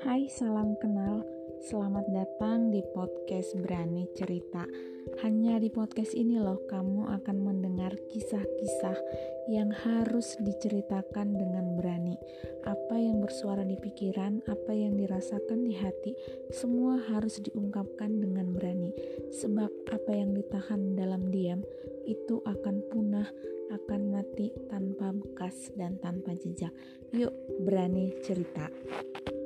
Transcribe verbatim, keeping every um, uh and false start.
Hai, salam kenal. Selamat datang di podcast Berani Cerita. Hanya di podcast ini loh kamu akan mendengar kisah-kisah yang harus diceritakan dengan berani. Apa yang bersuara di pikiran, apa yang dirasakan di hati, semua harus diungkapkan dengan berani. Sebab apa yang ditahan dalam diam itu akan punah, akan mati tanpa bekas dan tanpa jejak. Yuk, berani cerita.